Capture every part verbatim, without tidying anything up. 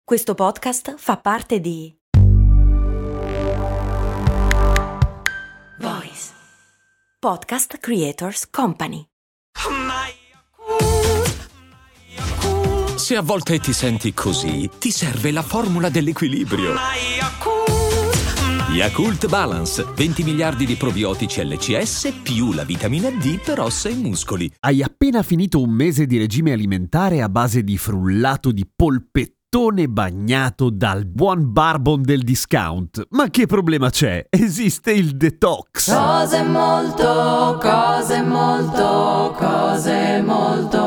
Questo podcast fa parte di Voice Podcast Creators Company. Se a volte ti senti così, ti serve la formula dell'equilibrio. Yakult Balance, venti miliardi di probiotici L C S più la vitamina D per ossa e muscoli. Hai appena finito un mese di regime alimentare a base di frullato di polpettone bagnato dal buon barbon del discount. Ma che problema c'è? Esiste il detox. Cose molto, cose molto, cose molto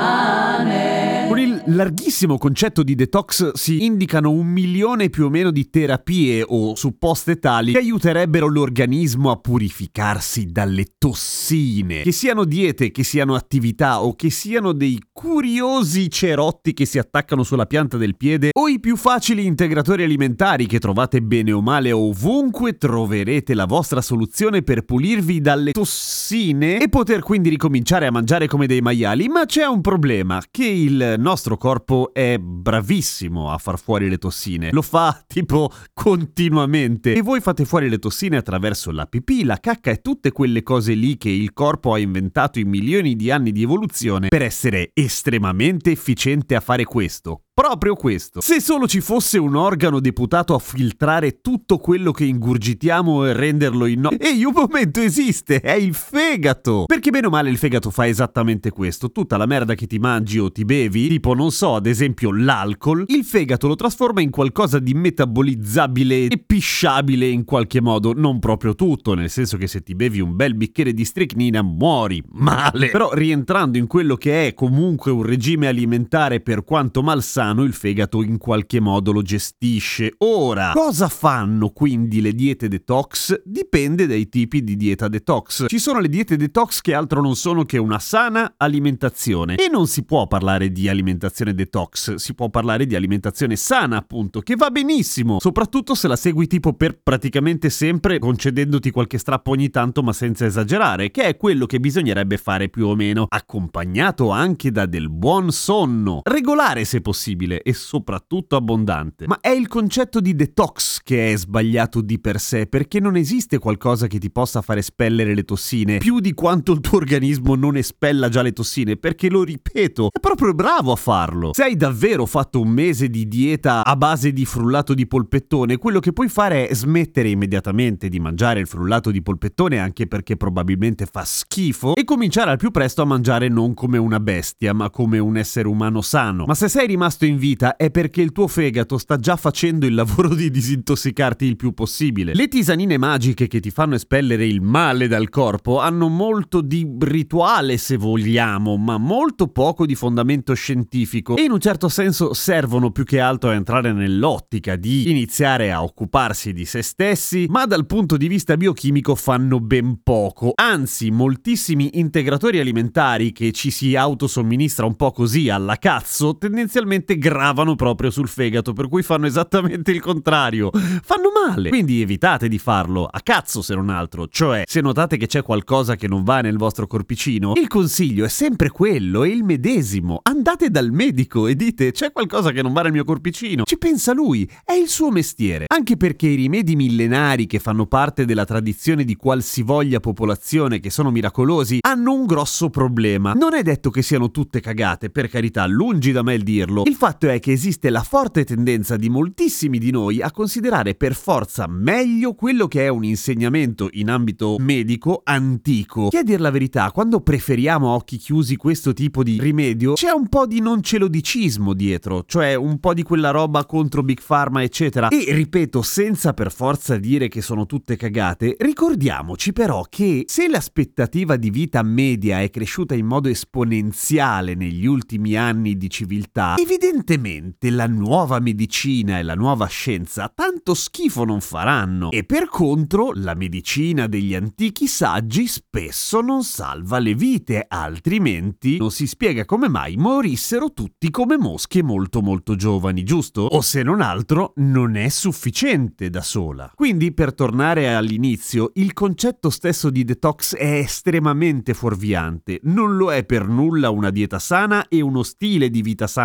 umane. Con il larghissimo concetto di detox si indicano un milione più o meno di terapie o supposte tali che aiuterebbero l'organismo a purificarsi dalle tossine. Che siano diete, che siano attività o che siano dei curiosi cerotti che si attaccano sulla pianta del piede o i più facili integratori alimentari che trovate bene o male ovunque, troverete la vostra soluzione per pulirvi dalle tossine e poter quindi ricominciare a mangiare come dei maiali. Ma c'è un problema, che il nostro corpo è bravissimo a far fuori le tossine. Lo fa tipo continuamente. E voi fate fuori le tossine attraverso la pipì, la cacca e tutte quelle cose lì che il corpo ha inventato in milioni di anni di evoluzione per essere estremamente efficiente a fare questo. Proprio questo. Se solo ci fosse un organo deputato a filtrare tutto quello che ingurgitiamo e renderlo in no... Ehi, un momento, esiste! È il fegato! Perché bene o male il fegato fa esattamente questo. Tutta la merda che ti mangi o ti bevi, tipo non so, ad esempio l'alcol, il fegato lo trasforma in qualcosa di metabolizzabile e pisciabile in qualche modo. Non proprio tutto, nel senso che se ti bevi un bel bicchiere di stricnina muori male. Però rientrando in quello che è comunque un regime alimentare per quanto malsano, il fegato in qualche modo lo gestisce. Ora, cosa fanno quindi le diete detox? Dipende dai tipi di dieta detox. Ci sono le diete detox che altro non sono che una sana alimentazione. E non si può parlare di alimentazione detox, si può parlare di alimentazione sana, appunto, che va benissimo, soprattutto se la segui tipo per praticamente sempre, concedendoti qualche strappo ogni tanto ma senza esagerare, che è quello che bisognerebbe fare più o meno, accompagnato anche da del buon sonno, regolare se possibile e soprattutto abbondante. Ma è il concetto di detox che è sbagliato di per sé, perché non esiste qualcosa che ti possa fare espellere le tossine più di quanto il tuo organismo non espella già le tossine, perché lo ripeto, è proprio bravo a farlo. Se hai davvero fatto un mese di dieta a base di frullato di polpettone, quello che puoi fare è smettere immediatamente di mangiare il frullato di polpettone, anche perché probabilmente fa schifo, e cominciare al più presto a mangiare non come una bestia, ma come un essere umano sano. Ma se sei rimasto in vita è perché il tuo fegato sta già facendo il lavoro di disintossicarti il più possibile. Le tisanine magiche che ti fanno espellere il male dal corpo hanno molto di rituale, se vogliamo, ma molto poco di fondamento scientifico e in un certo senso servono più che altro a entrare nell'ottica di iniziare a occuparsi di se stessi, ma dal punto di vista biochimico fanno ben poco. Anzi, moltissimi integratori alimentari che ci si autosomministra un po' così alla cazzo tendenzialmente gravano proprio sul fegato, per cui fanno esattamente il contrario, fanno male. Quindi evitate di farlo, a cazzo se non altro. Cioè, se notate che c'è qualcosa che non va nel vostro corpicino, il consiglio è sempre quello, è il medesimo: andate dal medico e dite c'è qualcosa che non va nel mio corpicino, ci pensa lui, è il suo mestiere. Anche perché i rimedi millenari che fanno parte della tradizione di qualsivoglia popolazione, che sono miracolosi, hanno un grosso problema. Non è detto che siano tutte cagate, per carità, lungi da me il dirlo. Il fatto è che esiste la forte tendenza di moltissimi di noi a considerare per forza meglio quello che è un insegnamento in ambito medico antico. Che a dir la verità, quando preferiamo a occhi chiusi questo tipo di rimedio, c'è un po' di non ce lo dicismo dietro, cioè un po' di quella roba contro Big Pharma eccetera. E ripeto, senza per forza dire che sono tutte cagate, ricordiamoci però che se l'aspettativa di vita media è cresciuta in modo esponenziale negli ultimi anni di civiltà, evidentemente la nuova medicina e la nuova scienza tanto schifo non faranno, e per contro la medicina degli antichi saggi spesso non salva le vite, altrimenti non si spiega come mai morissero tutti come mosche molto molto giovani, giusto? O se non altro non è sufficiente da sola. Quindi, per tornare all'inizio, il concetto stesso di detox è estremamente fuorviante, non lo è per nulla una dieta sana e uno stile di vita sano soprattutto.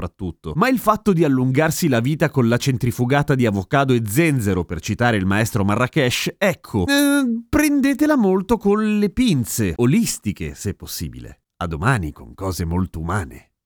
soprattutto. Ma il fatto di allungarsi la vita con la centrifugata di avocado e zenzero, per citare il maestro Marrakesh, ecco, eh, prendetela molto con le pinze, olistiche se possibile. A domani con cose molto umane.